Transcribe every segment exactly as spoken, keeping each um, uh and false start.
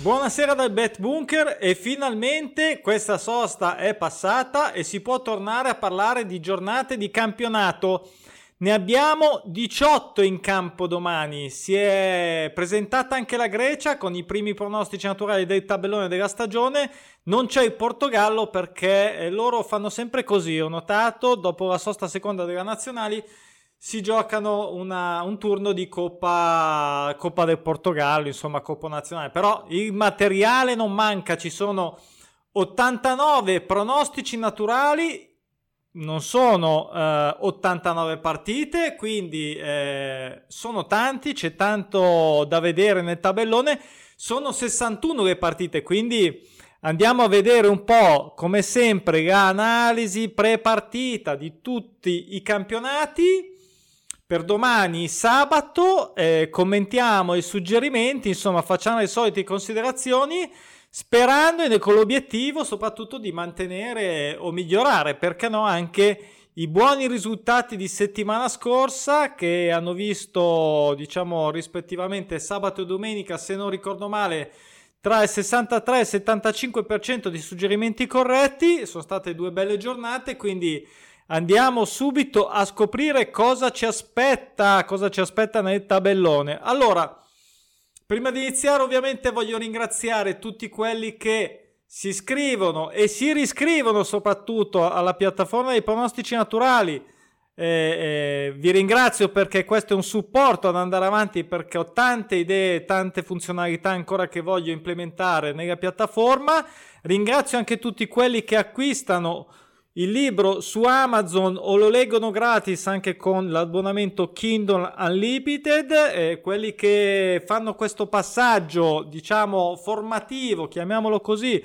Buonasera dal Bet Bunker e finalmente questa sosta è passata e si può tornare a parlare di giornate di campionato. Ne abbiamo diciotto in campo domani. Si è presentata anche la Grecia con i primi pronostici naturali del tabellone della stagione. Non c'è il Portogallo perché loro fanno sempre così. Ho notato, dopo la sosta seconda della Nazionali si giocano una, un turno di Coppa, Coppa del Portogallo, insomma Coppa Nazionale. Però il materiale non manca, ci sono ottantanove pronostici naturali. Non sono eh, ottantanove partite, quindi eh, sono tanti, c'è tanto da vedere nel tabellone. Sono sessantuno le partite, quindi andiamo a vedere un po', come sempre, l'analisi pre-partita di tutti i campionati. Per domani sabato eh, commentiamo i suggerimenti, insomma facciamo le solite considerazioni, sperando e con l'obiettivo soprattutto di mantenere o migliorare, perché no, anche i buoni risultati di settimana scorsa, che hanno visto, diciamo, rispettivamente sabato e domenica, se non ricordo male, tra il sessantatré e il settantacinque per cento di suggerimenti corretti. Sono state due belle giornate, quindi andiamo subito a scoprire cosa ci aspetta, cosa ci aspetta nel tabellone. Allora, prima di iniziare ovviamente voglio ringraziare tutti quelli che si iscrivono e si riscrivono soprattutto alla piattaforma dei pronostici naturali. Eh, eh, vi ringrazio perché questo è un supporto ad andare avanti, perché ho tante idee, tante funzionalità ancora che voglio implementare nella piattaforma. Ringrazio anche tutti quelli che acquistano il libro su Amazon o lo leggono gratis anche con l'abbonamento Kindle Unlimited, e quelli che fanno questo passaggio, diciamo, formativo, chiamiamolo così,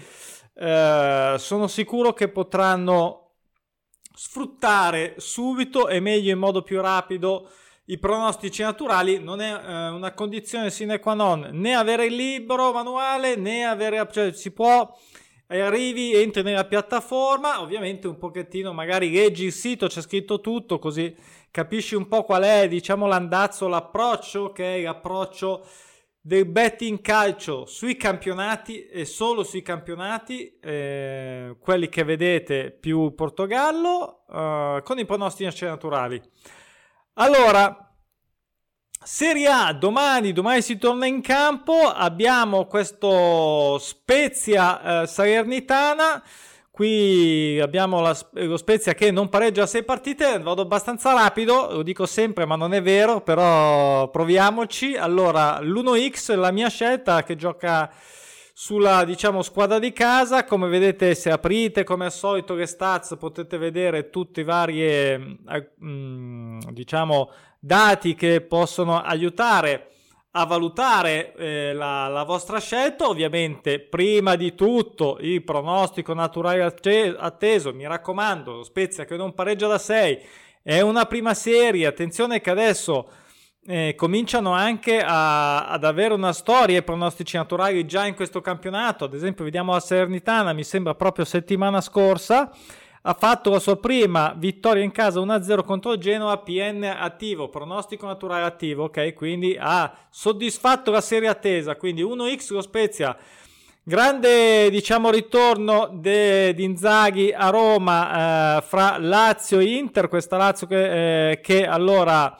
eh, sono sicuro che potranno sfruttare subito e meglio, in modo più rapido, i pronostici naturali. Non è eh, una condizione sine qua non né avere il libro manuale né avere, cioè si può, arrivi, entri nella piattaforma, ovviamente un pochettino magari leggi il sito, c'è scritto tutto, così capisci un po' qual è, diciamo, l'andazzo, l'approccio, che è l'approccio del betting calcio sui campionati e solo sui campionati, eh, quelli che vedete più Portogallo, eh, con i pronostici naturali. Allora, Serie A, domani, domani si torna in campo, abbiamo questo Spezia eh, Salernitana, qui abbiamo la, lo Spezia che non pareggia sei partite, vado abbastanza rapido, lo dico sempre ma non è vero, però proviamoci. Allora, l'uno x, la mia scelta, che gioca sulla, diciamo, squadra di casa. Come vedete, se aprite come al solito le stats potete vedere tutti i vari eh, diciamo dati che possono aiutare a valutare eh, la, la vostra scelta. Ovviamente, prima di tutto, il pronostico naturale atteso, mi raccomando, lo Spezia che non pareggia da sei, è una prima serie. Attenzione che adesso eh, cominciano anche a, ad avere una storia i pronostici naturali già in questo campionato. Ad esempio vediamo la Salernitana, mi sembra proprio settimana scorsa, ha fatto la sua prima vittoria in casa uno a zero contro il Genoa, P N attivo, pronostico naturale attivo, ok? Quindi ha soddisfatto la serie attesa, quindi uno x lo Spezia. Grande, diciamo, ritorno de, di Inzaghi a Roma eh, fra Lazio e Inter, questa Lazio che, eh, che allora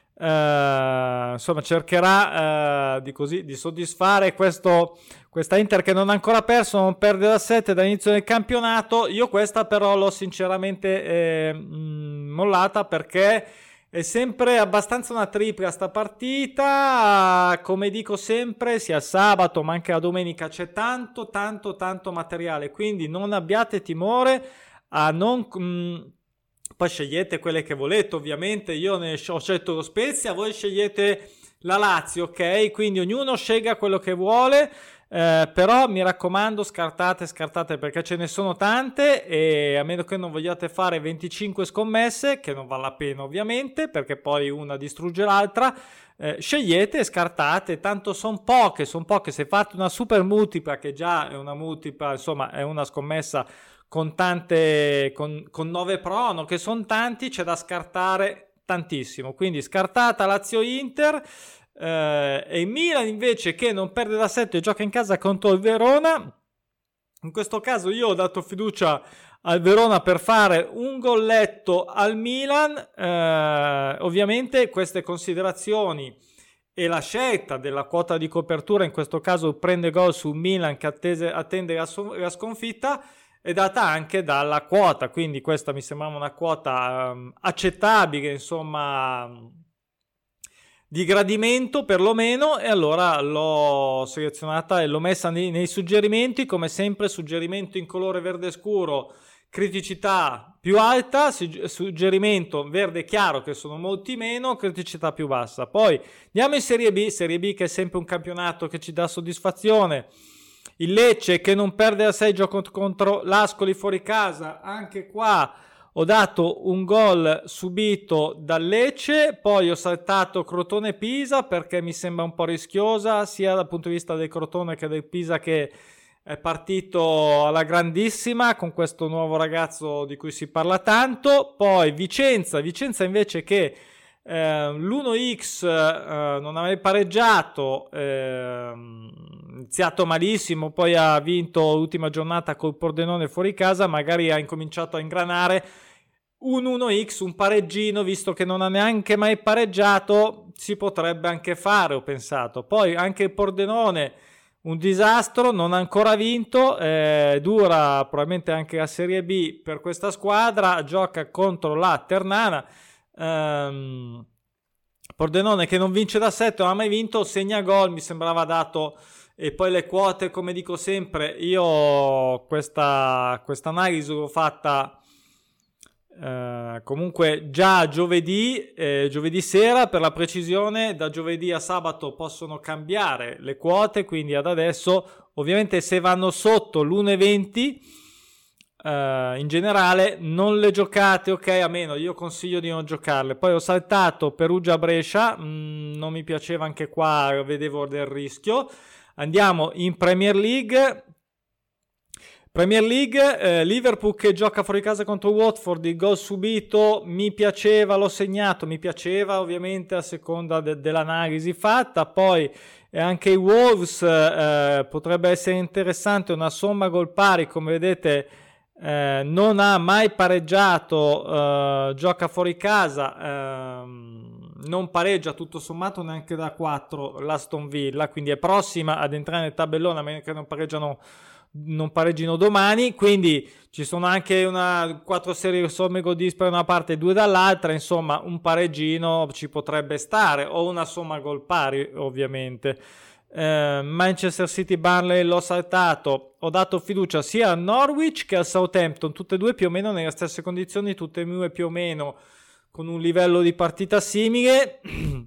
eh, insomma cercherà eh, di, così, di soddisfare questo questa Inter che non ha ancora perso, non perde da sette dall'inizio del campionato. Io questa però l'ho sinceramente eh, mh, mollata, perché è sempre abbastanza una tripla sta partita, come dico sempre, sia sabato ma anche la domenica c'è tanto tanto tanto materiale, quindi non abbiate timore a non... Mh, poi scegliete quelle che volete, ovviamente io ne ho scelto lo Spezia, voi scegliete la Lazio, ok? Quindi ognuno scelga quello che vuole. Eh, però mi raccomando, scartate scartate perché ce ne sono tante, e a meno che non vogliate fare venticinque scommesse, che non vale la pena ovviamente, perché poi una distrugge l'altra, eh, scegliete e scartate, tanto sono poche, sono poche. Se fate una super multipla, che già è una multipla, insomma è una scommessa con tante, con, con nove prono, che sono tanti, c'è da scartare tantissimo. Quindi scartata Lazio Inter. eh, e il Milan invece che non perde da sette, gioca in casa contro il Verona. In questo caso io ho dato fiducia al Verona per fare un golletto al Milan. Eh, ovviamente queste considerazioni e la scelta della quota di copertura, in questo caso prende gol su Milan che attese, attende la, la sconfitta, è data anche dalla quota, quindi questa mi sembrava una quota um, accettabile, insomma, di gradimento perlomeno, e allora l'ho selezionata e l'ho messa nei, nei suggerimenti. Come sempre, suggerimento in colore verde scuro, criticità più alta, suggerimento verde chiaro che sono molti meno, criticità più bassa. Poi andiamo in Serie B, Serie B che è sempre un campionato che ci dà soddisfazione. Il Lecce che non perde a sei, gioco contro l'Ascoli fuori casa, anche qua ho dato un gol subito dal Lecce. Poi ho saltato Crotone-Pisa perché mi sembra un po' rischiosa sia dal punto di vista del Crotone che del Pisa, che è partito alla grandissima con questo nuovo ragazzo di cui si parla tanto. Poi Vicenza, Vicenza invece che eh, l'uno x eh, non aveva pareggiato, eh, iniziato malissimo, poi ha vinto l'ultima giornata col Pordenone fuori casa, magari ha incominciato a ingranare. Un uno x, un pareggino, visto che non ha neanche mai pareggiato, si potrebbe anche fare, ho pensato. Poi anche il Pordenone, un disastro, non ha ancora vinto, eh, dura probabilmente anche la Serie B per questa squadra, gioca contro la Ternana. ehm, Pordenone che non vince da sette, non ha mai vinto, segna gol, mi sembrava dato. E poi le quote, come dico sempre, io questa questa analisi l'ho fatta Uh, comunque già giovedì, eh, giovedì sera per la precisione. Da giovedì a sabato possono cambiare le quote, quindi ad adesso ovviamente se vanno sotto l'uno e venti uh, in generale non le giocate, ok, a meno, io consiglio di non giocarle. Poi ho saltato Perugia-Brescia, mh, non mi piaceva anche qua, vedevo del rischio. Andiamo in Premier League. Premier League, eh, Liverpool che gioca fuori casa contro Watford, il gol subito mi piaceva, l'ho segnato, mi piaceva ovviamente a seconda de- dell'analisi fatta. Poi eh, anche i Wolves eh, potrebbe essere interessante, una somma gol pari, come vedete eh, non ha mai pareggiato, eh, gioca fuori casa, eh, non pareggia tutto sommato neanche da quattro l'Aston Villa, quindi è prossima ad entrare nel tabellone a meno che non pareggiano non pareggino domani. Quindi ci sono anche una quattro serie somme gol dispari da una parte e due dall'altra, insomma un pareggino ci potrebbe stare, o una somma gol pari ovviamente. eh, Manchester City Burnley l'ho saltato, ho dato fiducia sia a Norwich che al Southampton, tutte e due più o meno nelle stesse condizioni, tutte e due più o meno con un livello di partita simile.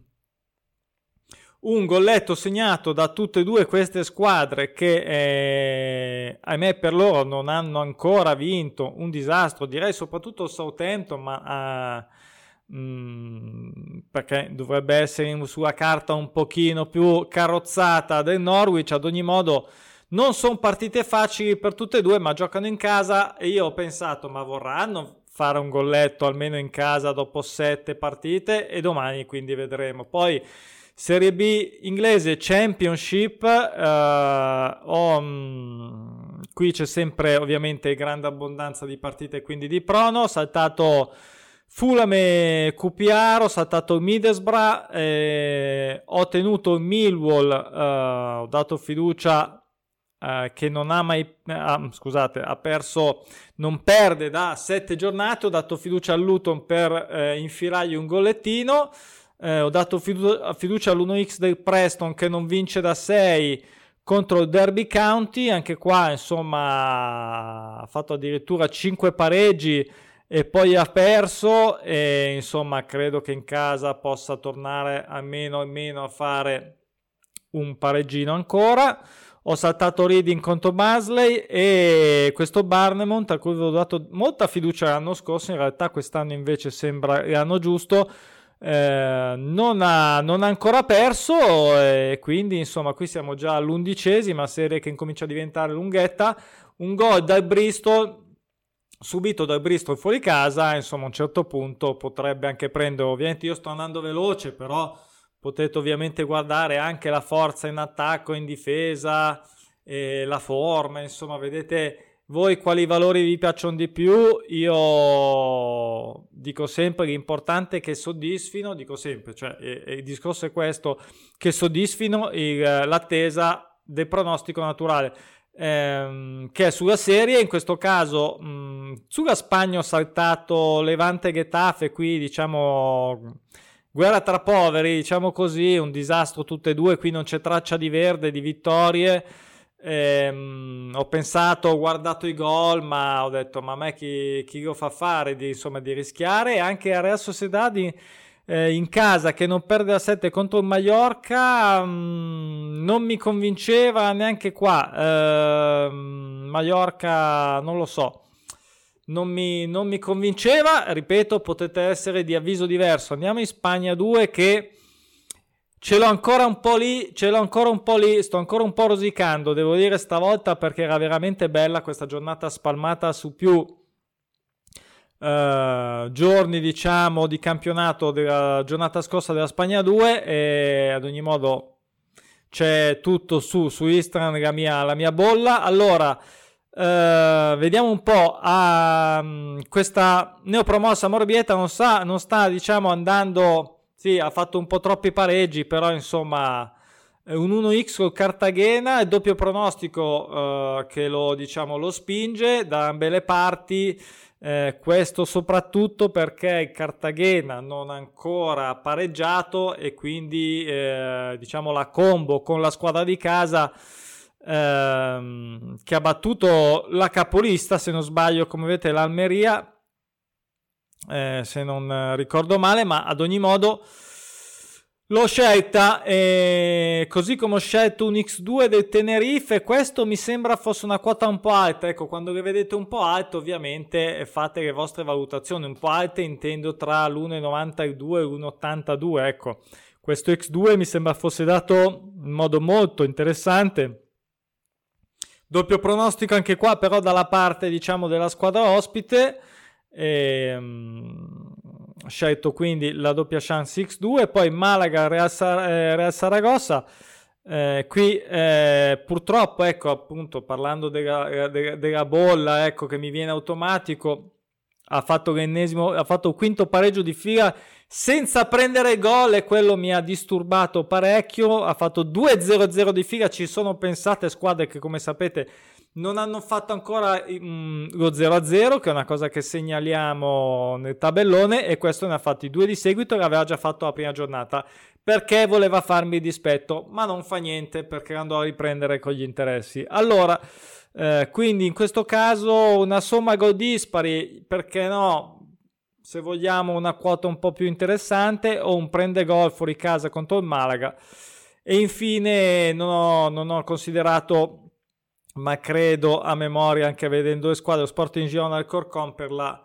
Un golletto segnato da tutte e due queste squadre che eh, ahimè per loro non hanno ancora vinto, un disastro, direi soprattutto il Southampton, ma uh, mh, perché dovrebbe essere sulla carta un pochino più carrozzata del Norwich. Ad ogni modo non sono partite facili per tutte e due, ma giocano in casa e io ho pensato ma vorranno fare un golletto almeno in casa dopo sette partite, e domani quindi vedremo. Poi Serie B inglese, Championship, eh, oh, mh, qui c'è sempre ovviamente grande abbondanza di partite, quindi di prono. Ho saltato Fulham e Q P R, ho saltato Middlesbrough, eh, ho tenuto Millwall, eh, ho dato fiducia eh, che non ha mai, eh, scusate, ha perso, non perde da sette giornate, ho dato fiducia al Luton per eh, infilargli un gollettino. Eh, ho dato fidu- fiducia all'uno x del Preston che non vince da sei contro il Derby County, anche qua insomma ha fatto addirittura cinque pareggi e poi ha perso, e insomma credo che in casa possa tornare almeno almeno a fare un pareggino ancora. Ho saltato Reading contro Barnsley e questo Bournemouth a cui avevo dato molta fiducia l'anno scorso, in realtà quest'anno invece sembra l'anno giusto. Eh, non, ha, non ha ancora perso, e quindi insomma qui siamo già all'undicesima serie che incomincia a diventare lunghetta. Un gol dal Bristol subito dal Bristol fuori casa, insomma a un certo punto potrebbe anche prendere, ovviamente io sto andando veloce, però potete ovviamente guardare anche la forza in attacco, in difesa, e la forma, insomma, vedete voi quali valori vi piacciono di più. Io dico sempre che l'importante è che soddisfino, dico sempre, cioè e, e il discorso è questo, che soddisfino il, l'attesa del pronostico naturale, ehm, che è sulla serie. In questo caso mh, sulla Spagna ho saltato Levante Getafe, qui diciamo guerra tra poveri, diciamo così, un disastro tutte e due, qui non c'è traccia di verde, di vittorie. Ehm, ho pensato, ho guardato i gol, ma ho detto ma a me chi, chi lo fa fare di, insomma, di rischiare. Anche a Real Sociedad eh, in casa che non perde a sette contro il Mallorca, mh, non mi convinceva neanche qua. eh, Mallorca non lo so, non mi, non mi convinceva, ripeto, potete essere di avviso diverso. Andiamo in Spagna due, che ce l'ho ancora un po' lì, ce l'ho ancora un po' lì, sto ancora un po' rosicando, devo dire stavolta, perché era veramente bella questa giornata spalmata su più uh, giorni, diciamo, di campionato della giornata scorsa della Spagna due, e ad ogni modo c'è tutto su, su Instagram, la mia, la mia bolla. Allora, uh, vediamo un po', a um, questa neopromossa Morbieta non, sa, non sta, diciamo, andando... Sì, ha fatto un po' troppi pareggi, però insomma un uno x col Cartagena, il doppio pronostico uh, che lo, diciamo, lo spinge da ambe le parti, eh, questo soprattutto perché il Cartagena non ha ancora pareggiato, e quindi eh, diciamo la combo con la squadra di casa ehm, che ha battuto la capolista, se non sbaglio, come vedete, l'Almeria, Eh, se non ricordo male, ma ad ogni modo l'ho scelta, e così come ho scelto un X due del Tenerife. Questo mi sembra fosse una quota un po' alta. Ecco, quando le vedete un po' alte, ovviamente fate le vostre valutazioni. Un po' alte intendo tra l'uno virgola novantadue e l'uno virgola ottantadue. Ecco, questo X due mi sembra fosse dato in modo molto interessante. Doppio pronostico anche qua, però dalla parte, diciamo, della squadra ospite. E, um, ho scelto quindi la doppia chance X due, poi Malaga Real, Sar- eh, Real Saragossa. Eh, qui eh, purtroppo, ecco, appunto, parlando della, della, della bolla, ecco, che mi viene automatico, ha fatto l'ennesimo, ha fatto il quinto pareggio di fila senza prendere gol, e quello mi ha disturbato parecchio. Ha fatto due zero zero di fila. Ci sono, pensate, squadre che, come sapete, non hanno fatto ancora mm, lo zero a zero, che è una cosa che segnaliamo nel tabellone, e questo ne ha fatti due di seguito, e l'aveva già fatto la prima giornata, perché voleva farmi dispetto, ma non fa niente, perché andò a riprendere con gli interessi. Allora, eh, quindi in questo caso una somma gol dispari, perché no, se vogliamo una quota un po' più interessante, o un prende gol fuori casa contro il Malaga. E infine non ho, non ho considerato, ma credo a memoria, anche vedendo le squadre, lo Sporting Girona al Corcon per la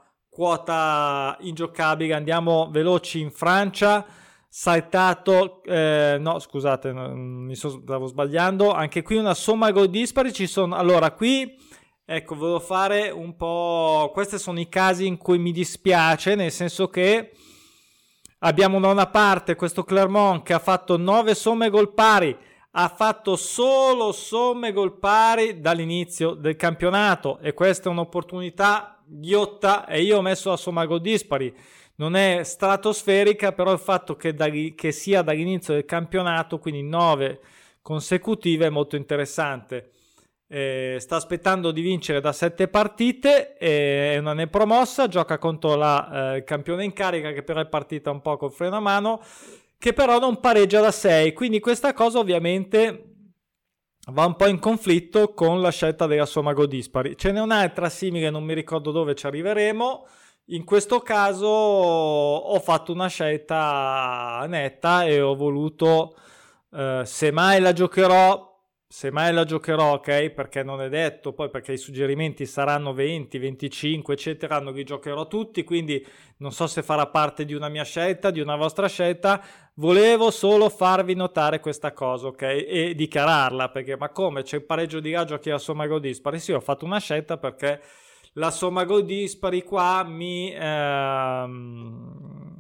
quota ingiocabile. Andiamo veloci in Francia, saltato eh, no scusate, mi so, stavo sbagliando, anche qui una somma gol dispari. Ci sono, allora qui, ecco, volevo fare un po', questi sono i casi in cui mi dispiace, nel senso che abbiamo da una parte questo Clermont che ha fatto nove somme gol pari, ha fatto solo somme gol pari dall'inizio del campionato, e questa è un'opportunità ghiotta, e io ho messo la somma gol dispari. Non è stratosferica, però il fatto che, da, che sia dall'inizio del campionato, quindi nove consecutive, è molto interessante. Eh, sta aspettando di vincere da sette partite, eh, è una neopromossa, gioca contro la eh, campione in carica, che però è partita un po' col freno a mano, che però non pareggia da sei, quindi questa cosa ovviamente va un po' in conflitto con la scelta della somma gol dispari. Ce n'è un'altra simile, non mi ricordo dove ci arriveremo. In questo caso ho fatto una scelta netta e ho voluto, eh, se mai la giocherò, se mai la giocherò, ok, perché non è detto, poi perché i suggerimenti saranno venti, venticinque, eccetera, non li giocherò tutti, quindi non so se farà parte di una mia scelta, di una vostra scelta. Volevo solo farvi notare questa cosa, ok, e dichiararla, perché ma come, c'è il pareggio di là, giochi la somma gol dispari? Sì, ho fatto una scelta perché la somma gol dispari qua mi, ehm,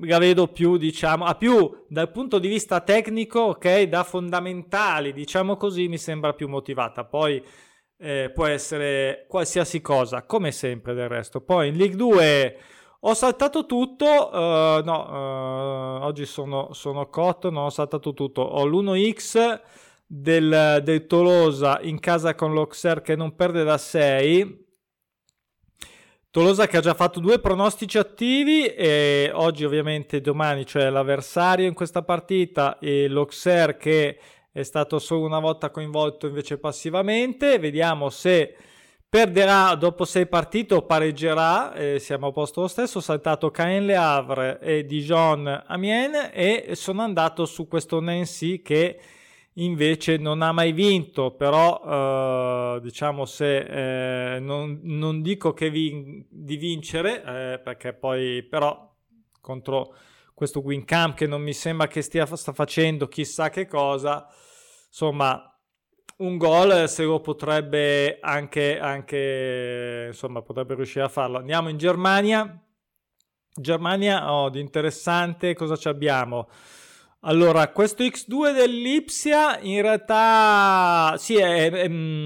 la vedo più, diciamo, a più dal punto di vista tecnico, ok, da fondamentali, diciamo così, mi sembra più motivata. Poi eh, può essere qualsiasi cosa, come sempre del resto. Poi in League due ho saltato tutto, uh, no, uh, oggi sono, sono cotto, non ho saltato tutto. Ho l'uno x del, del Tolosa in casa con l'Auxerre che non perde da sei. Tolosa che ha già fatto due pronostici attivi e oggi ovviamente domani c'è l'avversario in questa partita e l'Auxerre che è stato solo una volta coinvolto invece passivamente. Vediamo se perderà dopo sei partite o pareggerà, eh, siamo a posto lo stesso. Ho saltato Caen Le Havre e Dijon Amiens e sono andato su questo Nancy che invece non ha mai vinto, però eh, diciamo se eh, non, non dico che vin- di vincere eh, perché poi però contro questo Wincamp che non mi sembra che stia sta facendo chissà che cosa, insomma un gol se lo potrebbe anche, anche insomma potrebbe riuscire a farlo. Andiamo in Germania. Germania, oh, di interessante cosa ci abbiamo? Allora, questo X due dell'Ipsia in realtà sì, è, è,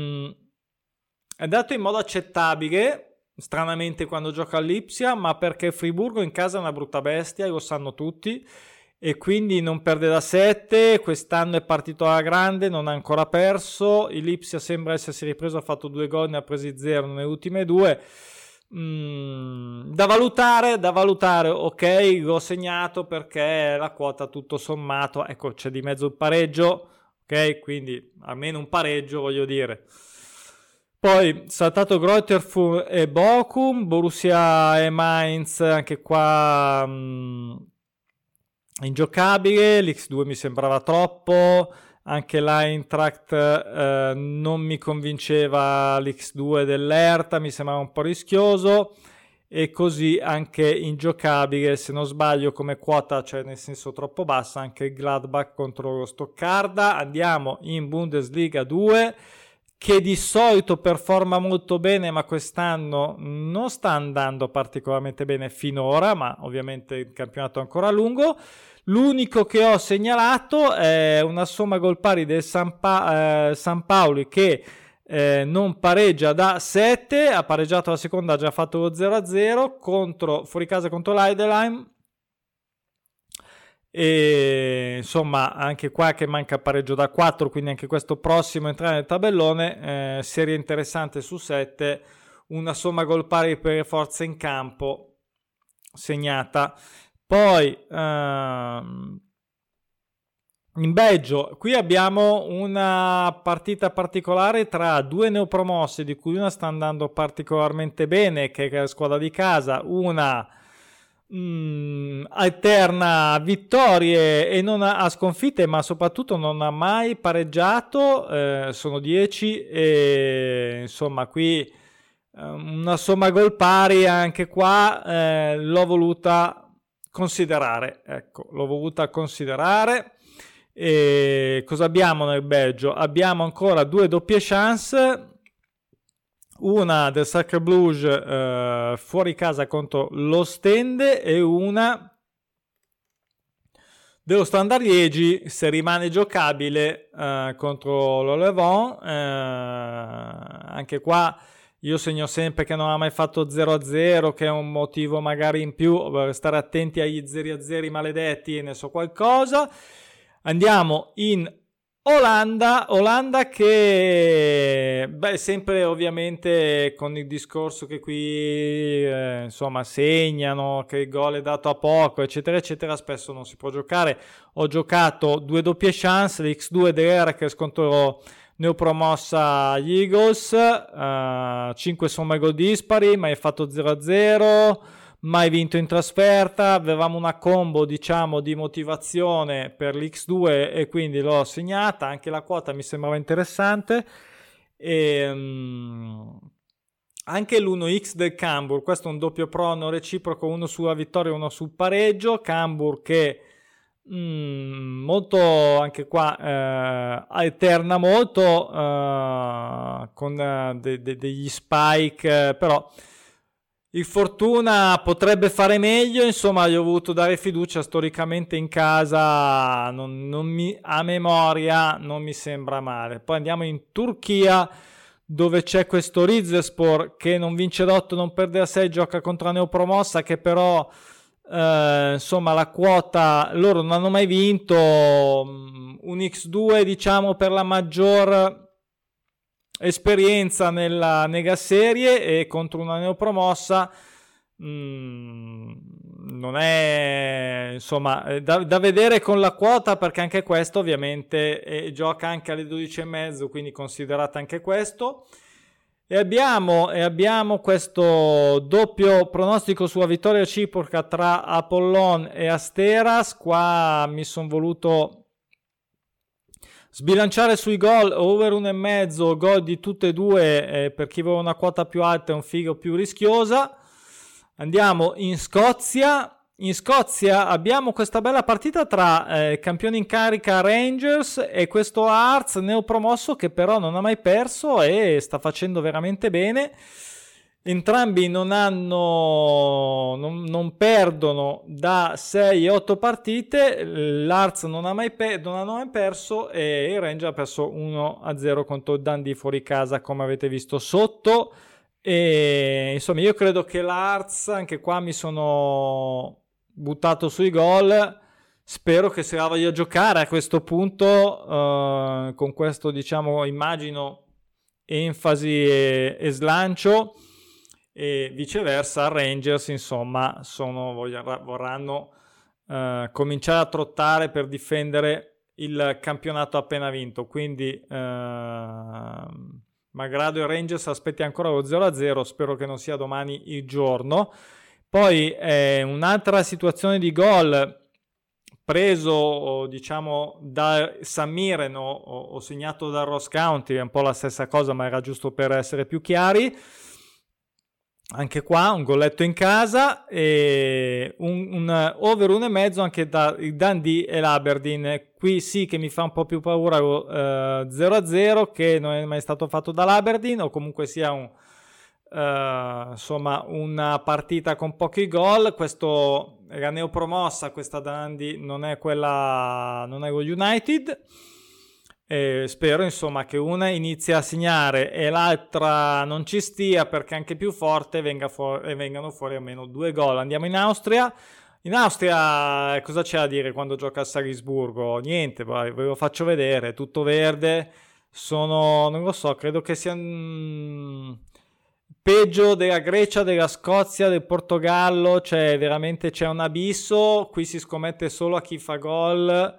è andato in modo accettabile, stranamente quando gioca all'Ipsia, ma perché Friburgo in casa è una brutta bestia, lo sanno tutti, e quindi non perde da sette, quest'anno è partito alla grande, non ha ancora perso, l'Ipsia sembra essersi ripreso, ha fatto due gol, ne ha presi zero nelle ultime due. Mm, da valutare, da valutare, ok, l'ho segnato perché la quota tutto sommato, ecco, c'è di mezzo il pareggio, ok, quindi almeno un pareggio voglio dire. Poi saltato Greuther Fürth e Bochum, Borussia e Mainz, anche qua mm, ingiocabile, l'X due mi sembrava troppo. Anche l'Eintracht eh, non mi convinceva, l'X due dell'Hertha mi sembrava un po' rischioso e così anche ingiocabile, se non sbaglio come quota, cioè nel senso troppo bassa, anche il Gladbach contro lo Stoccarda. Andiamo in Bundesliga due che di solito performa molto bene ma quest'anno non sta andando particolarmente bene finora, ma ovviamente il campionato è ancora lungo. L'unico che ho segnalato è una somma gol pari del San, pa- eh, San Paoli che eh, non pareggia da sette, ha pareggiato la seconda, ha già fatto lo zero a zero contro, fuori casa contro l'Heidelheim. E insomma anche qua che manca pareggio da quattro, quindi anche questo prossimo entrare nel tabellone, eh, serie interessante su sette, una somma gol pari per forza in campo segnata. Poi ehm, in Belgio qui abbiamo una partita particolare tra due neopromosse di cui una sta andando particolarmente bene, che è la squadra di casa, una mh, alterna vittorie e non ha, ha sconfitte, ma soprattutto non ha mai pareggiato, eh, sono dieci e insomma qui eh, una somma gol pari anche qua eh, l'ho voluta considerare, ecco, l'ho voluta considerare. E cosa abbiamo nel Belgio? Abbiamo ancora due doppie chance, una del Sacre Blues eh, fuori casa contro l'Ostende e una dello Standard Liegi se rimane giocabile eh, contro l'Olevant. Eh, anche qua io segno sempre che non ha mai fatto zero a zero, che è un motivo magari in più per stare attenti agli zero a zero maledetti e ne so qualcosa. Andiamo in Olanda, Olanda che beh, sempre ovviamente con il discorso che qui eh, insomma segnano, che il gol è dato a poco eccetera eccetera, spesso non si può giocare. Ho giocato due doppie chance, l'X due dell'Heracles contro neopromossa gli Eagles, uh, cinque somme gol dispari, mai fatto zero a zero, mai vinto in trasferta. Avevamo una combo diciamo di motivazione per l'X due e quindi l'ho segnata, anche la quota mi sembrava interessante. E, um, anche l'uno x del Cambuur, questo è un doppio prono reciproco, uno sulla vittoria e uno sul pareggio. Cambuur che Mm, molto anche qua eh, alterna molto eh, con eh, de- de- degli spike, eh, però il Fortuna potrebbe fare meglio, insomma gli ho voluto dare fiducia, storicamente in casa non, non mi, a memoria non mi sembra male. Poi andiamo in Turchia, dove c'è questo Rizespor che non vince da otto, non perde da sei, gioca contro la neopromossa che però eh, insomma la quota, loro non hanno mai vinto, un X due diciamo per la maggior esperienza nella Nega Serie, e contro una neopromossa mh, non è insomma da, da vedere con la quota, perché anche questo ovviamente eh, gioca anche alle dodici e mezzo, quindi considerate anche questo. E abbiamo, e abbiamo questo doppio pronostico sulla vittoria reciproca tra Apollon e Asteras. Qua mi sono voluto sbilanciare sui gol, over uno e mezzo, gol di tutte e due, eh, per chi vuole una quota più alta e un figo più rischiosa. Andiamo in Scozia. In Scozia abbiamo questa bella partita tra eh, campioni in carica Rangers e questo Hearts neopromosso che però non ha mai perso e sta facendo veramente bene. Entrambi non hanno non, non perdono da sei e otto partite. L'Hearts non ha mai pe- non hanno mai perso e il Rangers ha perso uno a zero contro il Dundee fuori casa, come avete visto sotto. E insomma io credo che l'Hearts, anche qua mi sono buttato sui gol, spero che se la voglia giocare a questo punto, uh, con questo diciamo immagino enfasi e, e slancio, e viceversa Rangers insomma sono, vorranno uh, cominciare a trottare per difendere il campionato appena vinto, quindi uh, malgrado il Rangers aspetti ancora lo zero a zero, spero che non sia domani il giorno. Poi eh, un'altra situazione di gol preso diciamo da San Mirren, ho, ho segnato da Ross County, è un po' la stessa cosa ma era giusto per essere più chiari. Anche qua un golletto in casa e un, un over uno e mezzo anche da Dundee e l'Aberdeen. Qui sì che mi fa un po' più paura lo uh, zero a zero che non è mai stato fatto dall'Aberdeen, o comunque sia un uh, insomma una partita con pochi gol. Questo era neopromossa, questa Dundee non è quella, non è lo United. E spero insomma che una inizi a segnare e l'altra non ci stia, perché anche più forte venga fuori, e vengano fuori almeno due gol. Andiamo in Austria. In Austria cosa c'è a dire quando gioca a Salisburgo? Niente, vai, ve lo faccio vedere, tutto verde. Sono, non lo so, credo che sia mh, peggio della Grecia, della Scozia, del Portogallo, cioè veramente c'è un abisso. Qui si scommette solo a chi fa gol.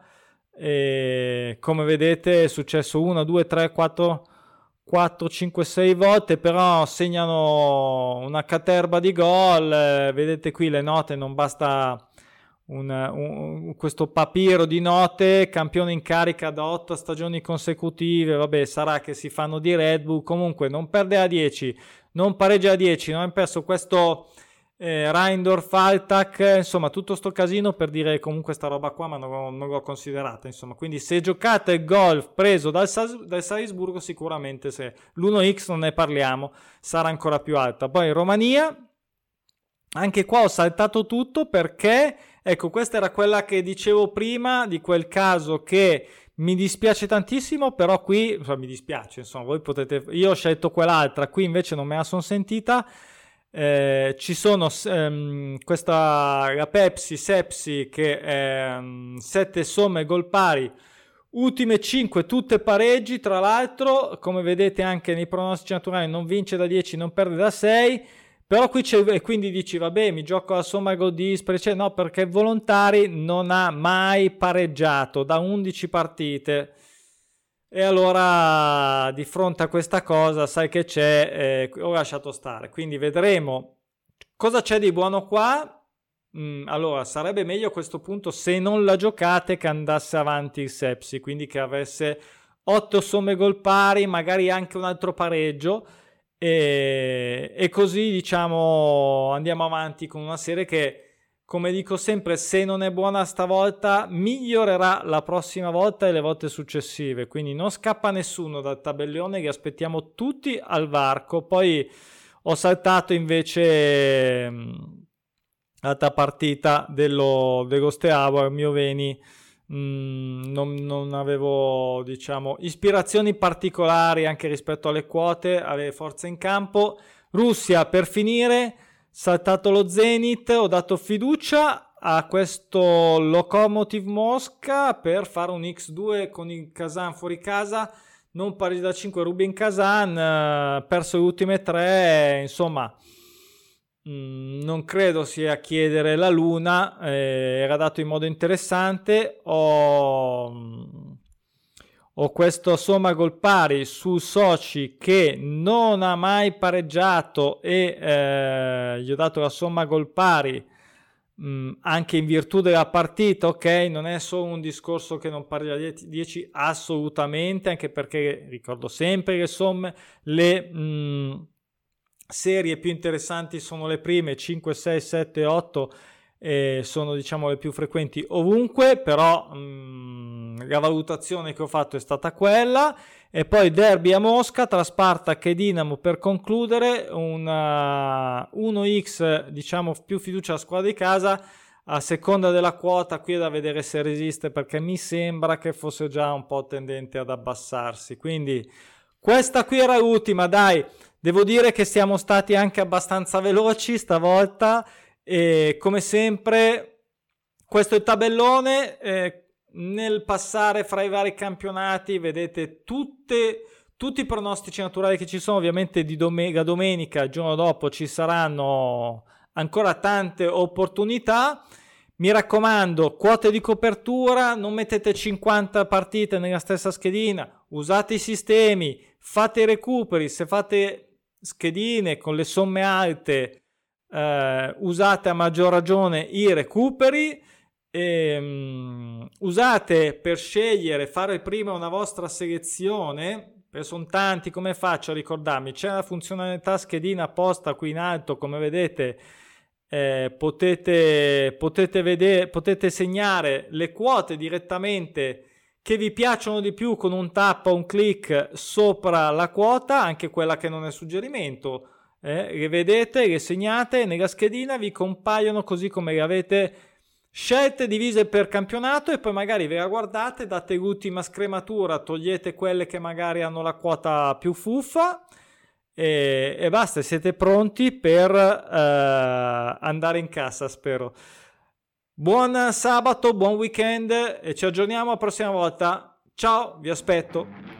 E come vedete è successo uno, due, tre, quattro, quattro, cinque, sei volte, però segnano una caterba di gol. Eh, vedete qui le note, non basta un, un, questo papiro di note, campione in carica da otto stagioni consecutive. Vabbè, sarà che si fanno di Red Bull, comunque non perde a dieci, non pareggia a dieci, non ha perso questo Eh, Reindorf, Altac, insomma tutto sto casino per dire comunque sta roba qua, ma non, non l'ho considerata, insomma. Quindi se giocate il golf preso dal, dal Salisburgo, sicuramente se l'uno x non ne parliamo sarà ancora più alta. Poi in Romania anche qua ho saltato tutto perché ecco, questa era quella che dicevo prima di quel caso che mi dispiace tantissimo, però qui insomma, mi dispiace, insomma voi potete, io ho scelto quell'altra, qui invece non me la sono sentita. Eh, ci sono ehm, questa la Pepsi Sepsi che è sette somme gol pari, ultime cinque tutte pareggi, tra l'altro come vedete anche nei pronostici naturali non vince da dieci, non perde da sei, però qui c'è, e quindi dici vabbè mi gioco la somma gol dispari, cioè, no, perché Volontari non ha mai pareggiato da undici partite. E allora di fronte a questa cosa sai che c'è, eh, ho lasciato stare, quindi vedremo cosa c'è di buono qua. Mm, allora sarebbe meglio a questo punto se non la giocate che andasse avanti il Sepsi, quindi che avesse otto somme gol pari, magari anche un altro pareggio, e, e così diciamo andiamo avanti con una serie che, come dico sempre, se non è buona stavolta migliorerà la prossima volta e le volte successive, quindi non scappa nessuno dal tabellone, che aspettiamo tutti al varco. Poi ho saltato invece mh, l'altra partita dello, dello Steaua, mio Veni. Mm, non, non avevo, diciamo, ispirazioni particolari anche rispetto alle quote, alle forze in campo. Russia, per finire, saltato lo Zenit, ho dato fiducia a questo Lokomotiv Mosca per fare un ics due con il Kazan fuori casa, non pari da cinque, Rubin Kazan, eh, perso le ultime tre, insomma non credo sia chiedere la luna, eh, era dato in modo interessante. Ho, ho questo somma gol pari su Sochi che non ha mai pareggiato e eh, gli ho dato la somma gol pari mh, anche in virtù della partita. Ok, non è solo un discorso che non pari da dieci, assolutamente, anche perché ricordo sempre le somme, le mh, serie più interessanti sono le prime cinque, sei, sette, otto, eh, sono diciamo le più frequenti ovunque, però mh, la valutazione che ho fatto è stata quella. E poi derby a Mosca tra Spartak e Dinamo per concludere, una uno ics, diciamo più fiducia alla squadra di casa, a seconda della quota. Qui è da vedere se resiste, perché mi sembra che fosse già un po' tendente ad abbassarsi, quindi questa qui era l'ultima, dai. Devo dire che siamo stati anche abbastanza veloci stavolta e come sempre questo è il tabellone. Eh, nel passare fra i vari campionati vedete tutte, tutti i pronostici naturali che ci sono. Ovviamente di domenica, domenica, il giorno dopo, ci saranno ancora tante opportunità. Mi raccomando, quote di copertura, non mettete cinquanta partite nella stessa schedina, usate i sistemi, fate i recuperi. Se fate schedine con le somme alte, eh, usate a maggior ragione i recuperi. E, um, usate per scegliere, fare prima una vostra selezione, perché sono tanti. Come faccio a ricordarmi? C'è la funzionalità schedina apposta qui in alto, come vedete. Eh, potete, potete vedere, potete segnare le quote direttamente che vi piacciono di più con un tap o un click sopra la quota, anche quella che non è suggerimento. Eh, le vedete, le segnate nella schedina, vi compaiono così come le avete scelte, divise per campionato, e poi magari ve la guardate, date l'ultima scrematura, togliete quelle che magari hanno la quota più fuffa e, e basta, siete pronti per eh, andare in cassa, spero. Buon sabato, buon weekend e ci aggiorniamo la prossima volta. Ciao, vi aspetto.